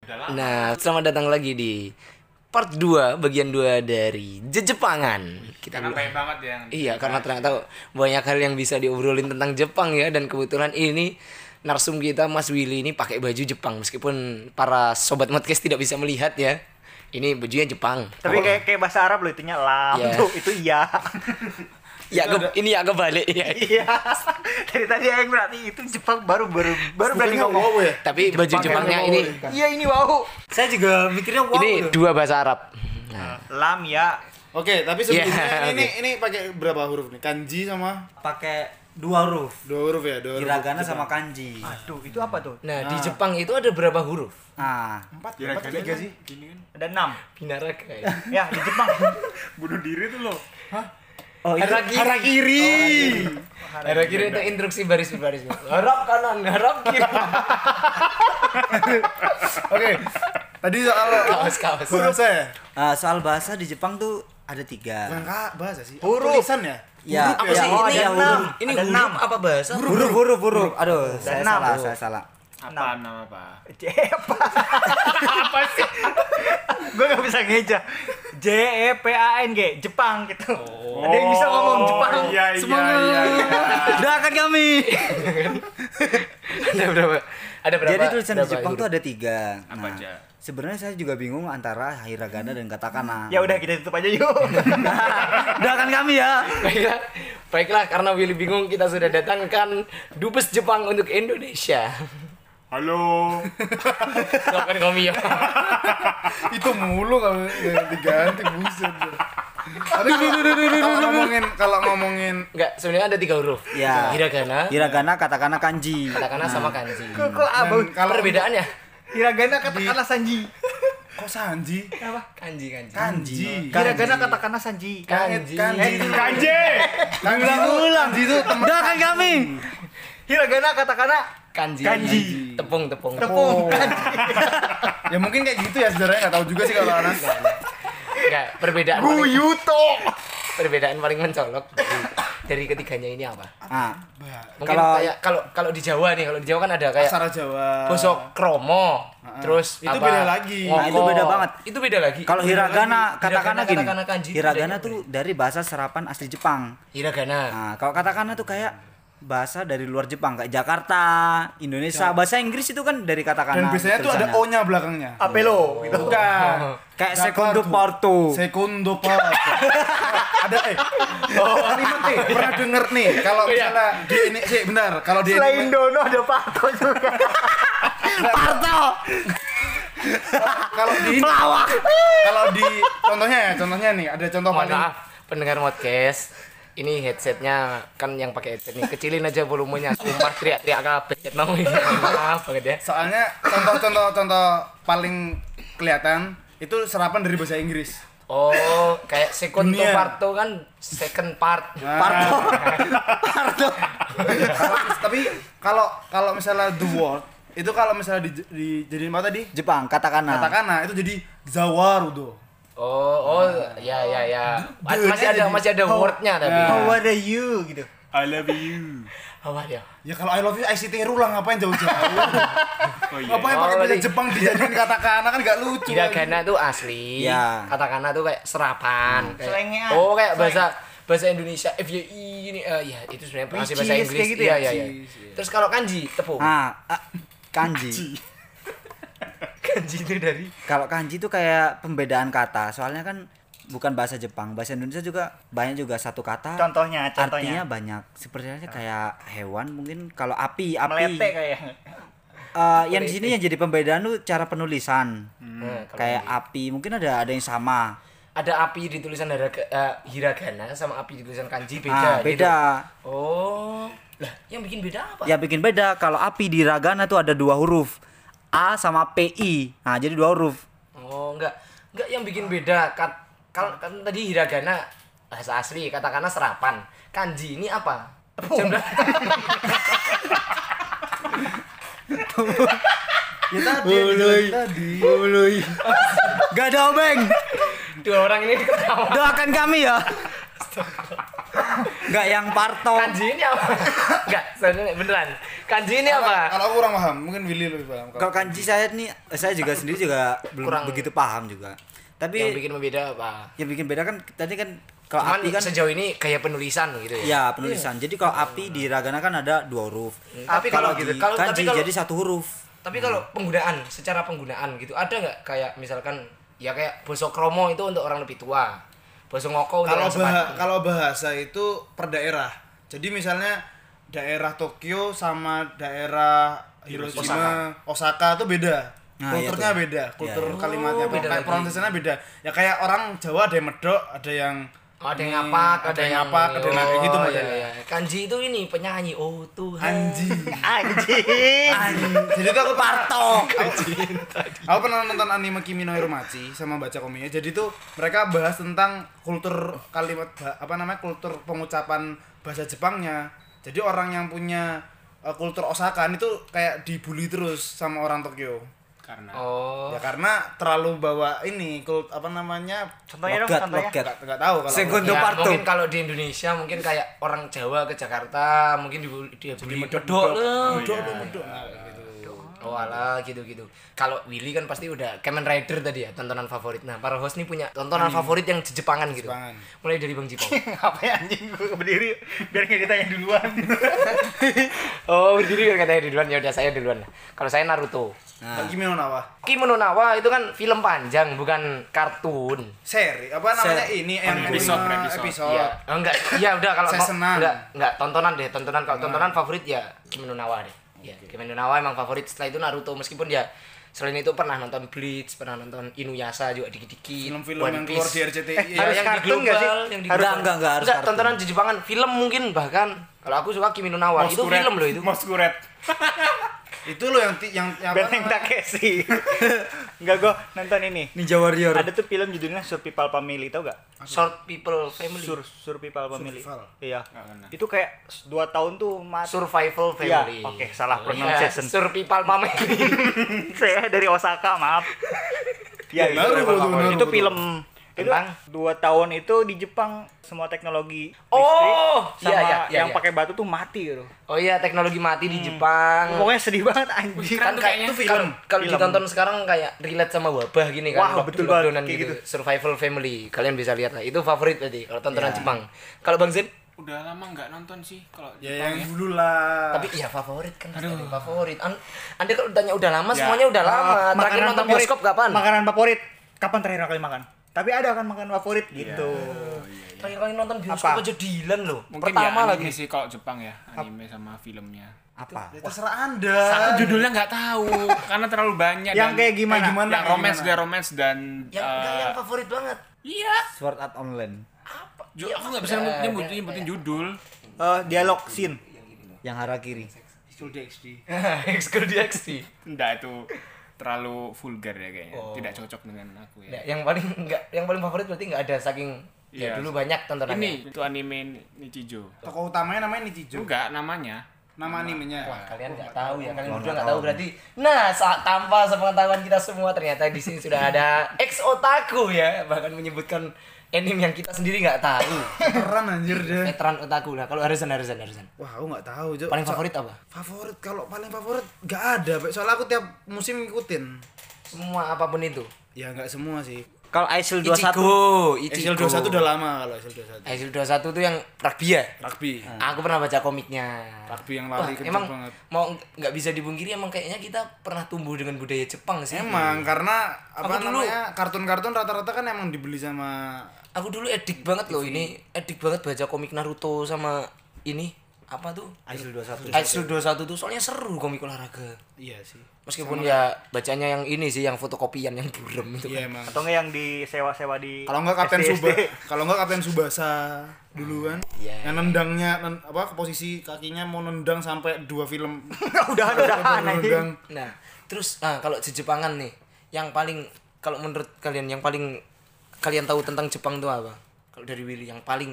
Nah, selamat datang lagi di part 2, bagian 2 dari Jepangan. Karena banyak banget yang Iya, karena ternyata banyak hal yang bisa diobrolin tentang Jepang ya. Dan kebetulan ini narsum kita Mas Willy ini pakai baju Jepang. Meskipun para sobat podcast tidak bisa melihat ya, ini bajunya Jepang. Tapi kayak bahasa Arab loh, itunya lam Yeah. tuh, itu iya. Ya, ini ya kebalik ya. Iya. Dari tadi yang berarti itu Jepang baru berani ngomong. wow ya. Tapi baju Jepangnya ini Iya ini wow. Saya juga mikirnya wow. ini tuh. dua bahasa Arab. Nah, Lam ya Oke, tapi sebelumnya Yeah, ini pakai berapa huruf nih? Kanji sama pakai 2 huruf. 2 huruf ya, 2 huruf. Hiragana Jepang. sama kanji. Aduh, itu apa tuh? di Jepang itu ada berapa huruf? Nah, 4 3 sih. Ada 6. Binaraga ya. Ya, di Jepang. bunuh diri tuh loh. oh itu Harakiri. Harakiri itu instruksi baris-baris. Harap kanan, harap kiri. Oke. Tadi soal Kaos. bahasa ya? soal bahasa di Jepang tuh ada 3. Bukan bahasa sih. Huruf. Tulisan ya? Ya, Apa ya, sih oh, ini? ada enam. huruf. Ini Ada huruf enam. apa bahasa? Huruf. Aduh, saya enam. salah. Apa nama apa? Apa? Apa sih? Gue gak bisa ngeja. JEPANG Jepang gitu. Ada yang bisa ngomong Jepang. Iya. Doakan kami. Ada berapa? Ada berapa? Jadi tulisan di berapa Jepang huruf? tuh ada 3. Apa aja? Sebenarnya saya juga bingung antara hiragana dan katakana. Ya udah kita tutup aja yuk. Doakan kami ya. Baiklah, karena Willy bingung, kita sudah datangkan dubes Jepang untuk Indonesia. Halo. Lakukan kami ya. Itu mulu kalau diganti buset. Tapi kalau ngomongin Enggak, sebenarnya ada 3 huruf. Ya. Hiragana, Katakana, kanji. katakana sama kanji. Kok abang kalau Perbedaannya? hiragana katakanlah Sanji. kok Sanji? Apa? Kanji. Kanji. Hiragana katakanlah Sanji. Kanji. Kanji. Kanji. Kanji itu teman. Doakan kami. Hiragana katakanlah Kanji. Kanji. Tepung. tepung. Ya mungkin kayak gitu ya sebenarnya, enggak tahu juga sih kalau anak. Enggak, perbedaan paling mencolok dari ketiganya ini apa? Nah, Mungkin kayak kalau di Jawa nih, kalau di Jawa kan ada kayak Aksara Jawa. bosok kromo, terus Itu apa, beda lagi. ngoko. Nah, itu beda banget. Itu beda lagi. kalau hiragana, katakana gini. katakana, kanji. Hiragana Bedanya tuh dari bahasa serapan asli Jepang. hiragana. Nah, kalau katakana tuh kayak bahasa dari luar Jepang, kayak Jakarta, Indonesia. Bahasa Inggris itu kan dari katakana. Dan biasanya tuh ada tulisannya. O-nya belakangnya. Apelo gitu. Bukan. Kayak secondo porto. Secondo porto. Ada kalimat nih, pernah denger nih kalau misalnya di ini sih benar, kalau di Selain Dono ada Parto juga. Parto. kalau di ini, kalau di contohnya nih, ada contoh Mohon paling maaf pendengar podcast. Ini headsetnya kan yang pakai headset nih, kecilin aja volumenya. Sumpah teriak-teriak kabeh mau ini. Maaf banget ya. soalnya contoh paling kelihatan itu serapan dari bahasa Inggris. Oh, kayak secondo Dunia. parto kan second part. Parto. Tapi kalau misalnya the word itu kalau misalnya dijadiin apa tadi? Jepang, katakana. Katakana itu jadi zawarudo. Oh, ya. Masih ada wordnya tapi. How are you gitu. I love you. Apa ya? Ya kalau I love you ICT lah, ngapain jauh-jauh? Oh iya. Ngapain Oh, pakai bahasa berarti- Jepang dijadiin katakana kan nggak lucu. Hiragana tuh asli. Ya. Katakana tuh kayak serapan. Selengean. Oh, kayak bahasa Indonesia FYI ini ya itu sebenarnya masih bahasa Which is Inggris. kayak gitu ya? Iya. Terus kalau kanji, tepung. Nah, kanji. Kanji itu dari Kalau kanji itu kayak pembedaan kata. Soalnya kan bukan bahasa Jepang, bahasa Indonesia juga banyak juga satu kata. Contohnya. Artinya banyak. Sepertinya kayak hewan mungkin. Kalau api. Melete kayak. Yang di sini yang jadi pembedaan tuh cara penulisan. Nah, kalau Kayak api, mungkin ada yang sama. ada api di tulisan hiragana sama api di tulisan kanji beda. Beda. Gitu. Oh. Lah, yang bikin beda apa? Ya bikin beda. Kalau api di hiragana tuh ada 2 huruf. A sama PI. Nah, jadi 2 huruf. Oh, enggak yang bikin beda. Kalau kan tadi hiragana bahasa asli, katakana serapan. Kanji ini apa? Ya tadi. Gak ada obeng. Dua orang ini diketawa. Doakan kami ya. Enggak yang Parto. Kanji ini apa? Enggak, sebenarnya beneran. Kanji ini apa? Kalau aku kurang paham, mungkin Willy lebih paham. Kalau kanji saya juga sendiri juga belum Kurang. begitu paham juga. Tapi Yang bikin membeda apa? yang bikin beda kan tadi kan kalau Cuman api kan sejauh ini kayak penulisan gitu ya. ya penulisan. Jadi kalau api di hiragana kan ada 2 huruf. Tapi kalau di gitu, kalau kanji tapi kalau jadi 1 huruf. tapi kalau penggunaan, secara penggunaan gitu ada nggak kayak misalkan ya kayak boso kromo itu untuk orang lebih tua. Boso ngoko untuk orang sepadan. Kalau bahasa itu per daerah. Jadi misalnya daerah Tokyo sama daerah Hiroshima, Osaka tuh beda. Nah, Kulturnya iya tuh. beda, kultur Iya. kalimatnya Oh, beda kayak lagi. pronunciation-nya beda. Ya kayak orang Jawa ada yang medok, ada yang Ada yang ngapak, ada yang ngapak, ada yang kayak gitu modelnya. iya. Kanji itu ini penyanyi. Oh Tuhan. Anjing. Anjing. Jadi tuh aku Parto. Aku pernah nonton anime Kimi no Hiromachi sama baca komiknya. Jadi tuh mereka bahas tentang kultur kalimat kultur pengucapan bahasa Jepangnya. Jadi orang yang punya kultur Osaka itu kayak dibully terus sama orang Tokyo. Karena Oh. Ya karena terlalu bawa ini Contohnya dong, Logat, contohnya. logat. enggak tahu kalau Segundo Ya, Parto. mungkin kalau di Indonesia mungkin kayak orang Jawa ke Jakarta mungkin dia beli medok medok. Oh alah gitu-gitu. Kalau Willy kan pasti udah Kamen Rider tadi ya, tontonan favorit. Nah, para host nih punya tontonan favorit yang Jepangan gitu. Jepangan. Mulai dari Bang Jipong. Apa ya anjing gue berdiri biar nggak ditanya duluan. Oh, berdiri kan katanya duluan. Ya udah saya duluan. Kalau saya Naruto. Nah, Kimi no Nawa. Kimono no Nawa itu kan film panjang, bukan kartun. Seri apa namanya ini yang Episode, lima episode. episode. Iya, enggak. Iya udah kalau Seasonan. enggak tontonan deh, tontonan kalau tontonan favorit ya Kimono no Nawa deh. Ya, Kimono no Nawa emang favorit. Setelah itu Naruto meskipun ya selain itu pernah nonton Bleach, pernah nonton Inuyasha juga dikit-dikit. Film-film One yang keluar Piece. di RCTI. Ya, Harus yang di kartun nggak sih? global, yang di Enggak, global. enggak harus Enggak, kartun. tontonan di Jepangan, film mungkin bahkan kalau aku suka Kimi no Nawa, itu film loh itu. Moskuret. Itu loh yang Benteng Takeshi. Enggak gue nonton ini. Ninja Warrior. Ada tuh film judulnya Survival Family, tau gak? Short People Family. Survival Family. Survival. Iya. Nggak pernah. Itu kayak 2 tahun tuh mati. Survival Iya, Family. oke, salah Iya, pronunciation. Survival Family. Saya dari Osaka, maaf. Ya, Naruto. itu film itu Tentang? 2 tahun itu di Jepang semua teknologi Oh, listrik sama iya, iya, yang iya. pakai batu tuh mati gitu. Oh iya, teknologi mati di Jepang. Pokoknya sedih banget anjing. Kan tuh kayak kayaknya. itu film. Kalau Film. ditonton sekarang kayak relate sama wabah gini kan. Wah, betul banget, lockdownan kayak gitu. Survival Family. Kalian bisa lihat lah. Itu favorit berarti kalau tontonan Jepang. Kalau Bang Zen? Udah lama nggak nonton sih kalau Ya Jepang yang dulu lah. Tapi iya favorit kan. Pasti ada yang favorit. Anda kalau tanya udah lama, Ya. semuanya udah lama. Terakhir nonton favorit. bioskop kapan? Makanan favorit. Kapan terakhir kali makan? Tapi ada kan makanan favorit gitu. Terakhir kali nonton bioskop Apa? aja Dilan loh. Mungkin Pertama ya lagi. anime sih kalau Jepang ya, anime sama filmnya. Apa? Ya, terserah Anda. Judulnya nggak tahu karena terlalu banyak. Yang dan- kayak gimana? Yang romance dan Yang enggak yang favorit banget. iya. Sword Art Online. Aku nggak bisa nyebutin judul. Dialog scene. Yang Harakiri. School DxD. School DxD. Enggak itu terlalu vulgar ya kayaknya. Oh. Tidak cocok dengan aku ya. Nah, yang paling favorit berarti nggak ada saking ya Iya. dulu banyak tontonannya. Ini itu anime Nichijou. Tokoh utamanya namanya Nichijou. Enggak namanya. Nama animenya. Wah, kalian nggak tahu ya, kalian berdua nggak tahu berarti. Nah, saat tanpa sepengetahuan kita semua ternyata di sini sudah ada ex otaku ya, bahkan menyebutkan anime yang kita sendiri nggak tahu. Keren anjir deh. Veteran otaku. Nah, kalau Harzan. Wah, aku nggak tahu, Jo. Paling favorit apa? Favorit kalau paling favorit nggak ada, Pak. Soalnya aku tiap musim ngikutin. Semua apapun itu. Ya nggak semua sih. Kalau Aisil 21 Exil 21 udah lama kalau Exil 21. Aisil 21 tuh yang rugby ya? Rugby. Aku pernah baca komiknya. Rugby yang Wah, lari kenceng emang banget. mau nggak bisa dipungkiri emang kayaknya kita pernah tumbuh dengan budaya Jepang sih. Emang karena apa Aku dulu- namanya? Kartun-kartun rata-rata kan emang dibeli sama Aku dulu edik banget loh ini, edik banget baca komik Naruto sama ini apa tuh? Aisil 21. Aisil 21 tuh soalnya seru komik olahraga. iya sih. Meskipun ya bacanya yang ini sih yang fotokopian yang buram itu. Iya emang. atau enggak yang disewa-sewa di Kalau enggak Kapten SD. Suba, kalau enggak Kapten Subasa dulu kan. Iya. Yang nendangnya apa posisi kakinya mau nendang sampai 2 film. udahan anjing. Nendang. Nah, terus kalau di Jepangan nih, yang paling kalau menurut kalian yang paling kalian tahu tentang Jepang tuh apa? Kalau dari Willy yang paling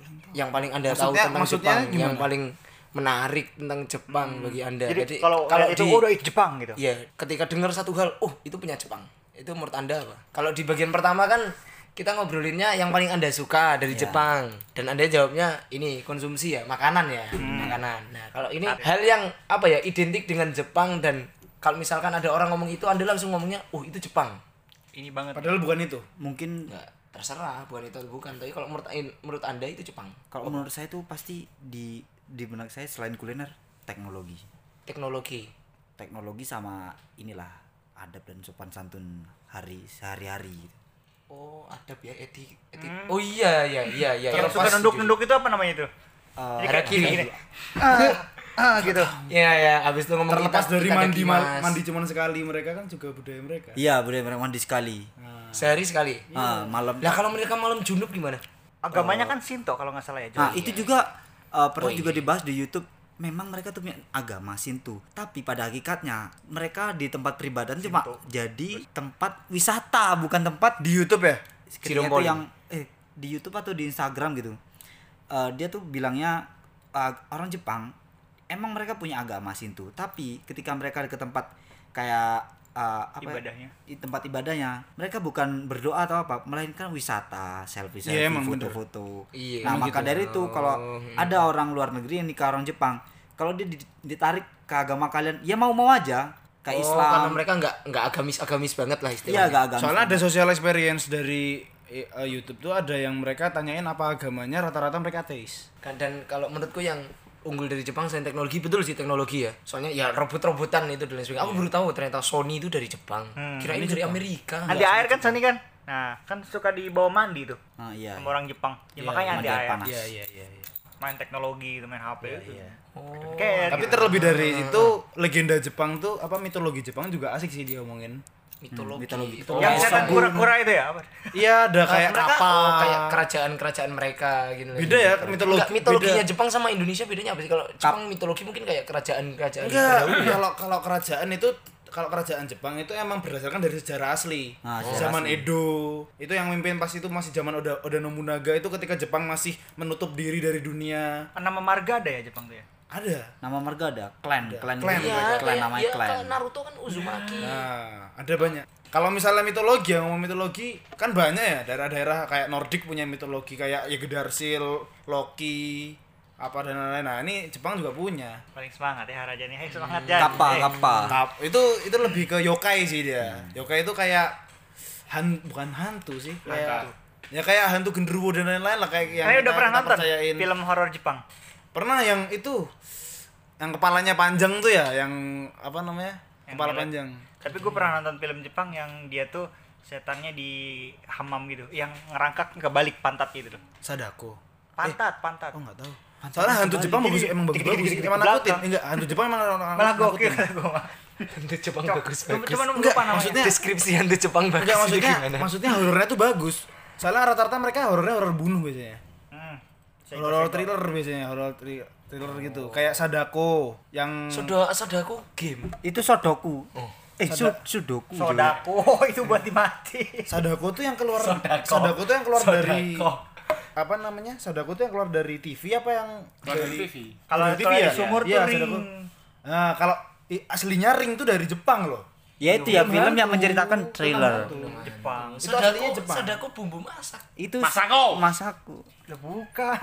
Anda tahu tentang Maksudnya Jepang, gimana? yang paling menarik tentang Jepang bagi Anda. Jadi kalau itu udah itu Jepang gitu. Iya, ketika dengar satu hal, oh itu punya Jepang. Itu menurut Anda apa? Kalau di bagian pertama kan kita ngobrolinnya yang paling Anda suka dari Jepang, dan Anda jawabnya ini konsumsi ya, makanan ya, makanan. Nah, kalau ini hal yang apa ya, identik dengan Jepang, dan kalau misalkan ada orang ngomong itu Anda langsung ngomongnya, itu Jepang. Ini banget. Padahal bukan itu. Mungkin Nggak, terserah bukan itu atau bukan, tapi kalau menurut Anda itu Jepang. kalau menurut saya itu pasti di benak saya selain kuliner teknologi sama inilah adab dan sopan santun sehari-hari gitu. Oh, adab ya, etik. Oh iya. Yang suka nunduk-nunduk itu apa namanya itu? Harakiri. Gitu. Ya, habis itu ngomong Terlepas kita- dari kita mandi dakimas. mandi cuma sekali, mereka kan juga budaya mereka. Iya, budaya mereka mandi sekali. Sehari sekali. Malam. Lah kalau mereka malam junub gimana? Agamanya kan Shinto kalau nggak salah ya. Nah, Joy. itu juga pernah Oh, juga iya. dibahas di YouTube. Memang mereka tuh punya agama Shinto, tapi pada hakikatnya mereka di tempat peribadahan cuma jadi tempat wisata, bukan tempat Di YouTube ya? ketika itu Cirompoli. yang di YouTube atau di Instagram gitu. Dia tuh bilangnya orang Jepang emang mereka punya agama Shinto, tapi ketika mereka ke tempat kayak Ibadahnya. tempat ibadahnya, mereka bukan berdoa atau apa, melainkan wisata, selfie, Iya, emang foto-foto. Iya, Nah, emang maka gitu. dari itu kalau ada orang luar negeri yang nikah orang Jepang, kalau dia ditarik ke agama kalian, ya mau-mau aja kayak Islam. Karena mereka nggak agamis banget lah Iya, istilahnya. agak agama. Soalnya ada social experience dari YouTube tuh, ada yang mereka tanyain apa agamanya, rata-rata mereka ateis. Dan kalau menurutku yang unggul dari Jepang selain teknologi, betul sih teknologi ya. Soalnya ya robot-robotan itu dan lain sebagainya. Aku baru tahu ternyata Sony itu dari Jepang. Kirain dari Amerika. Anti air kan Sony kan? Nah, kan suka dibawa mandi tuh Iya. sama orang Jepang. Ya, makanya anti mandi air air. panas. Iya. Main teknologi itu, main HP itu. Oh. Kayak Tapi terlebih dari itu, legenda Jepang tuh, mitologi Jepang juga asik sih diomongin. Mitologi. yang setan kura-kura itu ya apa? Iya, ada kayak mereka kapal. kayak kerajaan-kerajaan mereka gitu. Beda ya, Enggak, mitologinya beda. Jepang sama Indonesia bedanya apa sih? Kalau Jepang mitologi mungkin kayak kerajaan-kerajaan Enggak, terdahulu. kalau kerajaan Jepang itu emang berdasarkan dari sejarah asli. Sejarah Zaman asli. Edo. Itu yang mimpin pas itu masih zaman Oda Nobunaga, itu ketika Jepang masih menutup diri dari dunia. Nama marga ada ya Jepang tuh ya? Ada. Nama marga ada clan Clan. gitu. Iya, Clan kayak namanya clan. kayak Naruto kan Uzumaki. Nah, ada banyak. Kalau misalnya mitologi, yang ngomong mitologi kan banyak ya, daerah-daerah kayak Nordik punya mitologi kayak Yggdrasil, Loki, apa dan lain-lain. Nah, ini Jepang juga punya. Paling semangat ya Raja nih. Semangat ya. Kapal. Itu lebih ke yokai sih dia. Yokai itu kayak bukan hantu sih, kayak ya kayak hantu genderuwo dan lain-lain lah, kayak yang Kalian udah pernah kita nonton percayain. film horor Jepang? Pernah yang itu, yang kepalanya panjang tuh ya, yang apa namanya, Yang kepala ngeliat. panjang. Tapi gue pernah nonton film Jepang yang dia tuh setannya di hamam gitu, yang ngerangkak kebalik pantat gitu loh. Sadako. Pantat. Oh nggak tahu. Soalnya hantu Jepang bagus, emang bagus-bagus. Emang nakutin. Enggak, hantu Jepang emang Malah gokil nakutin. gue mah. Hantu Jepang bagus. Cuma Enggak, lupa namanya. maksudnya- Deskripsi hantu Jepang bagus. Enggak, itu gimana? maksudnya horornya tuh bagus. Soalnya rata-rata mereka horornya horor bunuh biasanya. Horor thriller biasanya, horor thriller gitu. Kayak Sadako yang Sodako game. Itu Sodoku. Sudoku. Sodako itu buat dimati. Sadako tuh yang keluar Sodako. tuh yang keluar dari Sodako. apa namanya? Sadako tuh yang keluar dari TV apa yang Dari TV. Kalau dari TV kalau ya? di sumur Iya, tuh ring. Sadako. Nah, kalau aslinya ring tuh dari Jepang loh. Ya itu ya film yang hantu. menceritakan trailer. Jepang. Itu aslinya Jepang. Sodako bumbu masak. Itu Masako. Masaku. Lah bukan.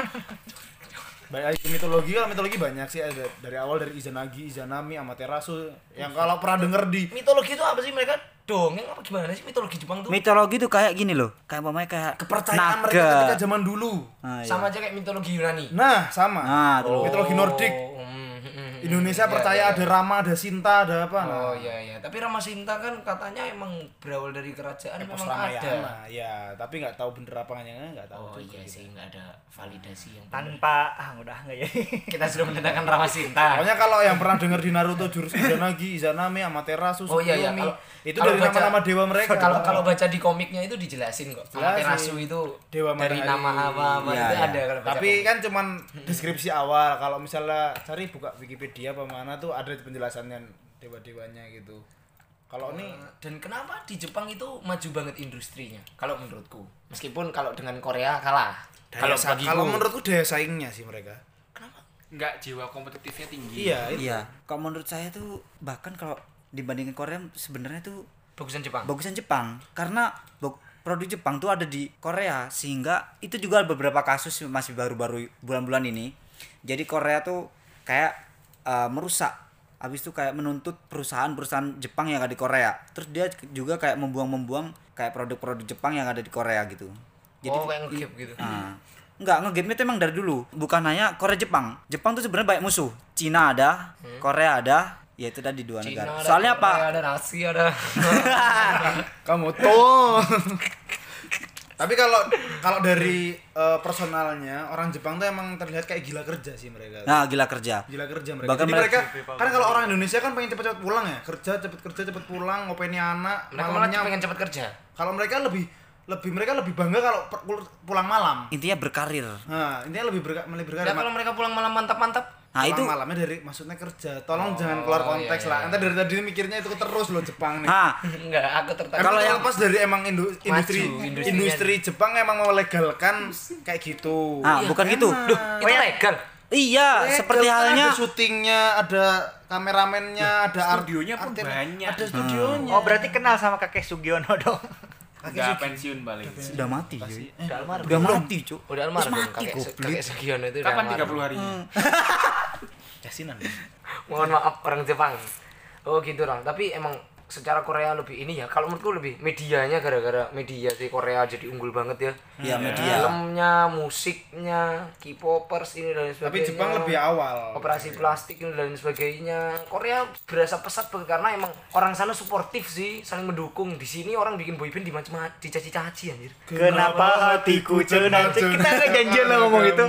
Baik mitologi, kalau mitologi banyak sih, ada dari awal dari Izanagi, Izanami, Amaterasu. Yang kalau pernah denger di Mitologi itu apa sih, mereka dongeng apa gimana sih mitologi Jepang tuh? Mitologi tuh kayak gini loh. Kayak umpamanya kayak kepercayaan naga. mereka ketika zaman dulu. Nah, iya. Sama aja kayak mitologi Yunani. Nah, sama. Nah, tuh. Mitologi Nordik. Indonesia percaya ada Rama, ada Sinta, ada apa? Oh iya. Tapi Ramasinta kan katanya emang berawal dari kerajaan Pos memang ada. Ramayana, ya, tapi nggak tahu bener apa nggak tahu. Oh iya sih, nggak ada validasi yang benar. Tanpa udah enggak ya. Kita sudah menandakan Ramasinta. Pokoknya kalau yang pernah denger di Naruto jurus Izanagi, Izanami, Amaterasu, Oh iya, Tsukuyomi, kalau- itu kalau dari baca- nama-nama dewa mereka. Kalau baca di komiknya itu dijelasin kok. Jelasin. Amaterasu itu Dewa dari matahari. nama apa Iya, itu iya. ada kalau baca Tapi komik. kan cuman deskripsi awal. Kalau misalnya cari buka Wikipedia apa mana tuh ada penjelasannya dewa-dewanya gitu. Kalau ini Dan kenapa di Jepang itu maju banget industrinya? Kalau menurutku, meskipun kalau dengan Korea kalah. Kalau bagiku, kalau menurutku daya saingnya sih mereka. kenapa? Enggak, jiwa kompetitifnya tinggi. Iya, itu. Iya. Kalau menurut saya tuh bahkan kalau dibandingin Korea sebenarnya tuh Bagusan Jepang. bagusan Jepang karena produk Jepang tuh ada di Korea, sehingga itu juga beberapa kasus masih baru-baru bulan-bulan ini. Jadi Korea tuh kayak merusak, habis itu kayak menuntut perusahaan-perusahaan Jepang yang ada di Korea. Terus dia juga kayak membuang kayak produk-produk Jepang yang ada di Korea gitu. Jadi kayak nge-gap gitu. Enggak, nge-game itu emang dari dulu. Bukan hanya Korea Jepang. Jepang tuh sebenarnya banyak musuh. Cina ada, Korea ada, ya itu tadi dua Cina negara. ada, Soalnya Korea apa? ada, Nasi ada. Kamu tuh. Tapi kalau dari personalnya orang Jepang tuh emang terlihat kayak gila kerja sih mereka. Nah, gila kerja. Gila kerja mereka. Bahkan Jadi mereka- mereka kan kalau orang Indonesia kan pengen cepet-cepet pulang ya. Kerja cepet pulang, ngopeni anak, Mereka malah malamnya. pengen cepat kerja. Kalau mereka mereka lebih bangga kalau pulang malam. Intinya berkarir. Nah, intinya lebih berkarya. Nah, kalau mereka pulang malam mantap-mantap. Nah, Pulang itu malamnya dari maksudnya kerja. Tolong jangan keluar konteks iya, lah. iya. Ente dari tadi mikirnya itu terus loh Jepang nih. Enggak, aku tertarik. Kalau Kalau yang yang- pas dari emang industri industrinya. industri Jepang emang melegalkan kayak gitu. Ah, bukan gitu. Duh, itu legal. iya, Legal, seperti kan halnya ada syutingnya, ada kameramennya, ada studionya pun banyak. ada studionya. Oh, berarti kenal sama kakek Sugiono dong. Udah pensiun paling. udah mati. Cuy. Udah almarhum. Udah mati, Cuk. Udah almarhum. mati, Kakek Sugiono itu udah Kapan almarhum. 30 harinya? Yasinan. Mohon maaf orang Jepang. Oh gitu orang. Tapi emang secara Korea lebih ini ya. Kalau menurutku lebih medianya, gara-gara media sih Korea jadi unggul banget ya. Iya, media. Filmnya, musiknya, K-popers ini dan sebagainya. Tapi Jepang lebih awal. Operasi plastik ini dan sebagainya. Korea berasa pesat banget karena emang orang sana suportif sih, saling mendukung. Di sini orang bikin boyband dicaci-caci anjir. Kenapa hatiku cenat? Kita nggak janjian lah ngomong itu.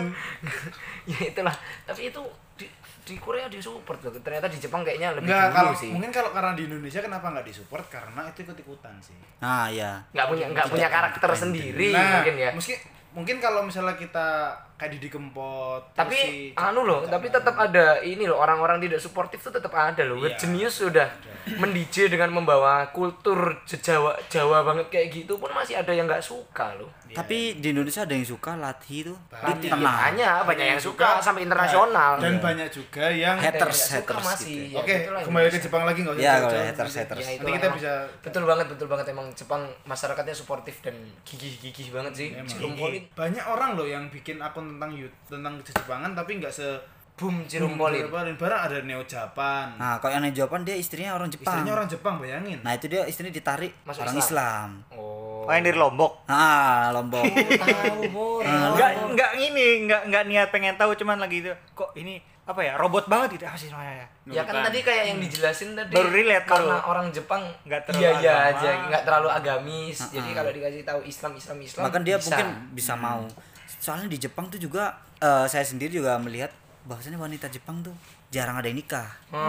Ya itulah. Tapi itu di Korea dia support loh. Ternyata di Jepang kayaknya lebih Enggak, dulu kalau sih. mungkin karena di Indonesia kenapa nggak disupport karena itu ikut-ikutan sih. Nah, ya. Nggak punya karakter sendiri Nah, mungkin ya. mungkin kalau misalnya kita kayak Didi Kempot, Tapi terus si tapi tetap ada ini loh, orang-orang tidak suportif tuh tetap ada loh. Iya. Genius sudah mendj dengan membawa kultur Jawa banget kayak gitu pun masih ada yang nggak suka loh. Tapi di Indonesia ada yang suka Lathi itu. Banyak. Dia tenang. Banyak yang suka sampai internasional. dan banyak juga yang Haters, Ada yang nggak suka haters masih. gitu. Ya, Oke, itulah kembali ke Indonesia. Jepang lagi nggak usah Iya, jauh-jauh. kalau haters. Ya, Nanti itulah kita emang. bisa betul banget emang Jepang masyarakatnya suportif dan gigih banget sih. Cirumpolin. banyak orang loh yang bikin akun tentang tentang Jepangan tapi nggak se Boom Cirumpolin. barang ada Neo Japan. Nah, kalau yang jawaban dia istrinya orang Jepang. Istrinya orang Jepang, bayangin. Nah, itu dia istrinya ditarik Masuk orang Islam. Oh. Oh, yang dari Lombok. Nah, Lombok. Tahu, Bor. Enggak ini, enggak niat pengen tahu, cuman lagi itu kok ini apa ya, robot banget gitu apa sih namanya ya. Ya kan tadi kayak yang dijelasin tadi Baru relate, karena baru. orang Jepang Nggak terlalu iya agama. aja nggak terlalu agamis. Jadi kalau dikasih tahu Islam Bahkan dia bisa. mungkin bisa mau. Soalnya di Jepang tuh juga saya sendiri juga melihat bahwasanya wanita Jepang tuh jarang ada yang nikah.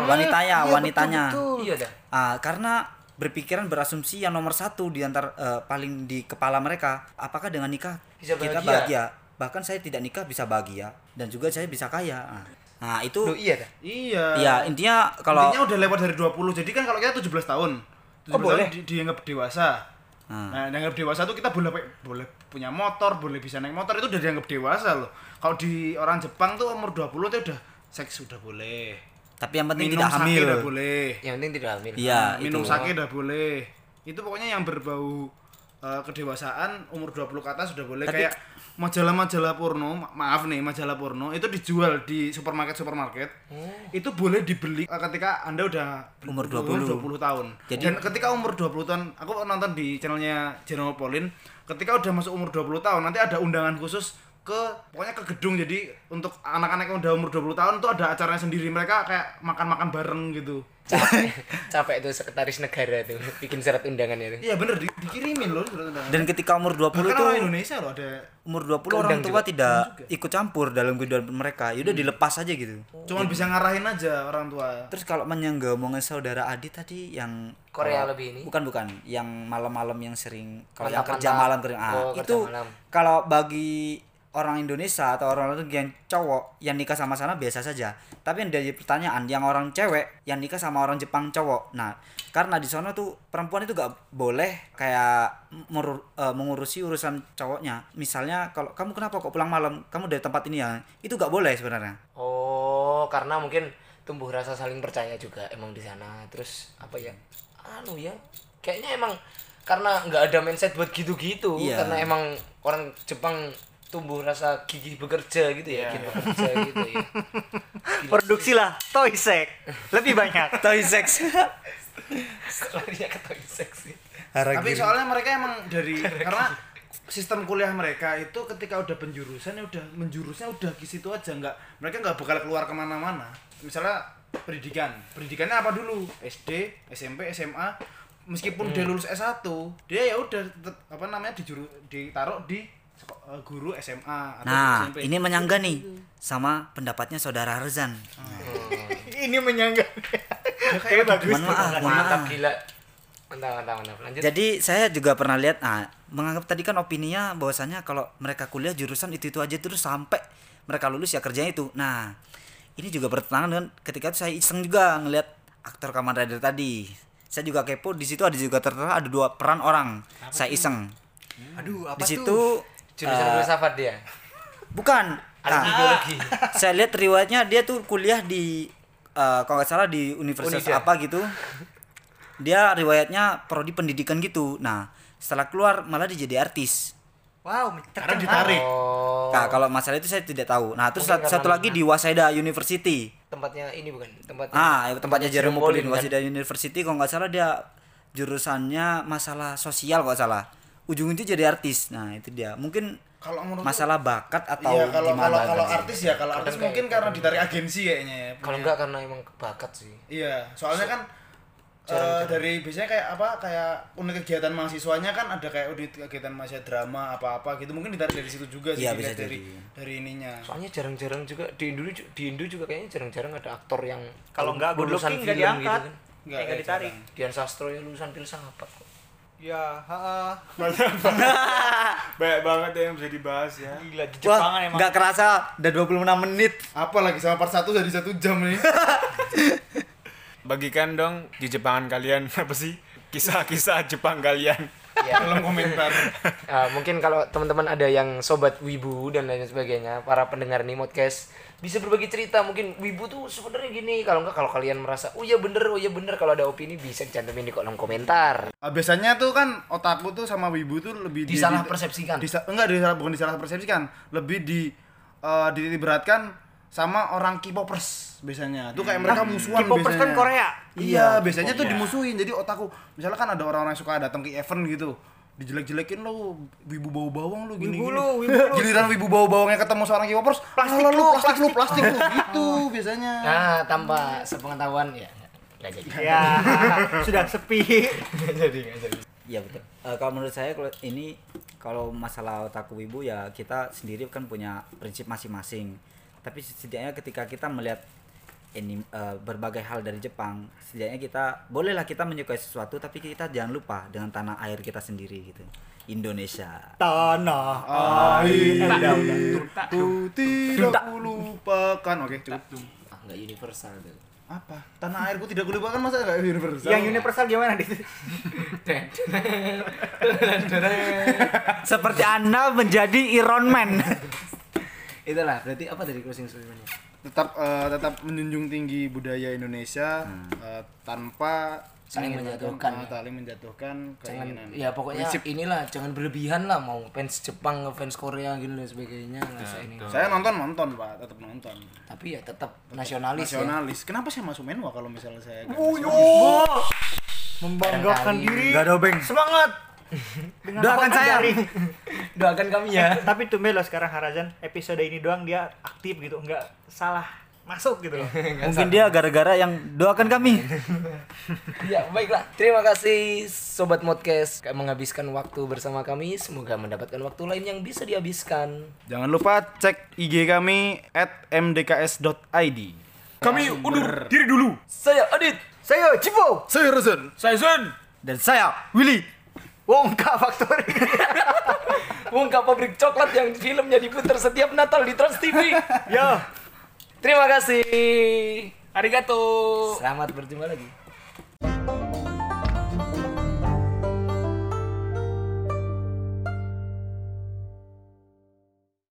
Wanitanya. Iya dah. Karena berpikiran berasumsi yang nomor satu di antara paling di kepala mereka, apakah dengan nikah Bisa kita bahagia? bahagia? Bahkan saya tidak nikah bisa bahagia dan juga saya bisa kaya. Nah, itu Loh, iya dah. Iya. ya intinya kalau Intinya udah lewat dari 20. Jadi kan kalau kita 17 tahun. 17 boleh? tahun dianggap dewasa. Nah, dianggap dewasa tuh kita boleh punya motor, boleh bisa naik motor, itu udah dianggap dewasa loh. Kalau di orang Jepang tuh umur 20 tuh udah seks udah boleh. tapi yang penting Minum tidak sake hamil. udah boleh. Yang penting tidak hamil. Iya, Minum itu. sake udah boleh. Itu pokoknya yang berbau kedewasaan umur 20 ke atas sudah boleh. Tapi- Kayak majalah-majalah porno, maaf nih, majalah porno itu dijual di supermarket. Itu boleh dibeli ketika Anda udah Umur 20. 20 tahun. Jadi- Dan ketika umur 20 tahun, aku nonton di channelnya General Polin, ketika udah masuk umur 20 tahun nanti ada undangan khusus pokoknya ke gedung. Jadi untuk anak-anak yang udah umur 20 tahun tuh ada acaranya sendiri, mereka kayak makan-makan bareng gitu. Capek tuh sekretaris negara tuh bikin surat undangan itu. Iya bener, dikirimin loh surat undangan. Dan ketika umur 20 Bahkan itu orang Indonesia loh ada. umur 20 Keundang orang tua juga. tidak ikut campur dalam kehidupan mereka. Ya udah dilepas aja gitu. Cuman bisa ngarahin aja orang tua. Terus kalau menyangga omongan saudara Adi tadi yang Korea kalau- lebih ini? Bukan, yang malam-malam yang sering kalau yang Mantap-mantap. kerja malam kerja. Oh, kerja Itu malam. kalau bagi orang Indonesia atau orang yang cowok yang nikah sama sana biasa saja. Tapi yang jadi pertanyaan, yang orang cewek yang nikah sama orang Jepang cowok. Nah, karena di sana tuh perempuan itu gak boleh kayak mengurusi urusan cowoknya. Misalnya kalau kamu kenapa kok pulang malam? Kamu dari tempat ini ya? Itu gak boleh sebenarnya. Oh, karena mungkin tumbuh rasa saling percaya juga emang di sana. Terus apa ya? Ya. Kayaknya emang karena nggak ada mindset buat gitu-gitu. Iya. Karena emang orang Jepang tumbuh rasa gigih bekerja gitu ya, gigih bekerja gitu ya. Produksilah toy sex lebih banyak. Toy sex. Larinya ke toy sex sih. Tapi soalnya mereka emang karena sistem kuliah mereka itu ketika udah penjurusan menjurusnya udah di situ aja, mereka nggak bakal keluar kemana-mana. Misalnya pendidikannya apa dulu, SD, SMP, SMA, meskipun dia lulus S1 dia ya udah ditaruh di guru SMA atau Nah, SMP. ini menyangga nih sama pendapatnya saudara Rezan. Ini menyangga. Kayak bagus. Mohon maaf. Mantap gila. Mantap. Lanjut. Jadi saya juga pernah lihat, menganggap tadi kan opininya bahwasanya kalau mereka kuliah jurusan itu aja terus sampai mereka lulus ya kerjanya itu. Nah, ini juga bertentangan dengan ketika itu saya iseng juga ngelihat aktor Kamen Rider tadi. Saya juga kepo, di situ ada juga tertera ada 2 peran orang. Saya iseng. Aduh, apa Di situ tuh? Jurusan filsafat dia. bukan. Ada biologi. Saya lihat riwayatnya dia tuh kuliah di kalau nggak salah di universitas Unida. apa gitu. Dia riwayatnya prodi pendidikan gitu. Nah, setelah keluar malah dia jadi artis. Wow, Karena ditarik. Oh. Nah, kalau masalah itu saya tidak tahu. Nah, terus Mungkin satu karena lagi di Waseda University. Tempatnya ini bukan? Tempatnya Tempatnya Jerome Pauline, Pauline Waseda University kalau nggak salah dia jurusannya masalah sosial kalau nggak salah. Ujung itu jadi artis. Nah, itu dia. Mungkin Kalau menurut masalah bakat atau iya, kalau gimana artis ya, kalau artis Kadang mungkin kayak- karena ditarik agensi kayaknya ya. Kalau enggak karena emang bakat sih. Iya, soalnya kan jarang-jarang. dari biasanya kayak unit kegiatan mahasiswanya kan ada kayak unit kegiatan mahasiswa drama apa-apa gitu, mungkin ditarik dari situ juga sih, Iya, dilihat bisa dari ininya. Soalnya jarang-jarang juga di Indo juga kayaknya jarang-jarang ada aktor yang Kalau nggak good lulusan looking nggak film diangkat. kan. Nggak, Nggak ya, ditarik. jarang. Dian Sastro ya lulusan filsafat kok. Ya, heeh. Banyak banget yang bisa dibahas ya. Gila di Jepang Wah, emang. nggak kerasa udah 26 menit. Apa lagi sama part 1 jadi 1 jam nih. Bagikan dong di Jepangan kalian apa sih? Kisah-kisah Jepang kalian. Ya. Kolom komentar. Mungkin kalau teman-teman ada yang sobat wibu dan lain sebagainya, para pendengar nih podcast bisa berbagi cerita. Mungkin wibu tuh sebenarnya gini. Kalau enggak, kalau kalian merasa oh iya bener, kalau ada opini bisa cantumin di kolom komentar. Biasanya tuh kan otaku tuh sama wibu tuh lebih Disalah persepsikan. Bukan disalah persepsikan, lebih dititik beratkan sama orang K-popers biasanya. Tuh kayak mereka musuhan K-popers kan biasanya. Korea. Iya, biasanya tuh dimusuhin. Jadi otaku, misalnya kan ada orang-orang yang suka datang ke event gitu, dijelek-jelekin lu, wibu bau bawang lu gini. Wibu lu. Giliran wibu bau bawangnya ketemu seorang K-popers, plastik lu gitu biasanya. Nah, tanpa sepengetahuan ya nggak jadi. Ya, sudah sepi. Iya betul. Kalau menurut saya kalau masalah otaku wibu ya kita sendiri kan punya prinsip masing-masing. Tapi setidaknya ketika kita melihat berbagai hal dari Jepang, setidaknya bolehlah kita menyukai sesuatu tapi kita jangan lupa dengan tanah air kita sendiri gitu. Indonesia. Tanah Air udah. ku tidak kulupakan. Oke, cukup. Nggak universal tuh. Apa? Tanah airku tidak kulupakan masa enggak universal? Yang universal gimana dit? Seperti Anda menjadi Iron Man. Itulah berarti apa dari closing statementnya? tetap menjunjung tinggi budaya Indonesia tanpa Saling menjatuhkan. saling menjatuhkan Jangan keinginan. ya pokoknya Prinsip. inilah jangan berlebihan lah, mau fans Jepang fans Korea gitu dan sebagainya nggak usah ini. Saya nonton Pak, tetap nonton. Tapi ya tetap nasionalis ya. Nasionalis. Kenapa saya masuk menwa kalau misalnya saya Membanggakan Barangkali. diri. Gak ada beng. Semangat. Dengan Doakan apa saya. dari. Doakan kami ya. Tapi tumben loh sekarang Harazan episode ini doang dia aktif gitu, nggak salah masuk gitu loh. Mungkin dia gara-gara yang doakan kami. Ya baiklah, terima kasih Sobat Modcast menghabiskan waktu bersama kami. Semoga mendapatkan waktu lain yang bisa dihabiskan. Jangan lupa cek IG kami @mdks.id. Kami undur diri dulu. Saya Adit. Saya Cipo. Saya Rezan. Saya Zun. Dan saya Willy. Wongka Factory. Wongka pabrik coklat yang filmnya diputar setiap Natal di Trans TV. Ya. Terima kasih. Arigato. Selamat berjumpa lagi.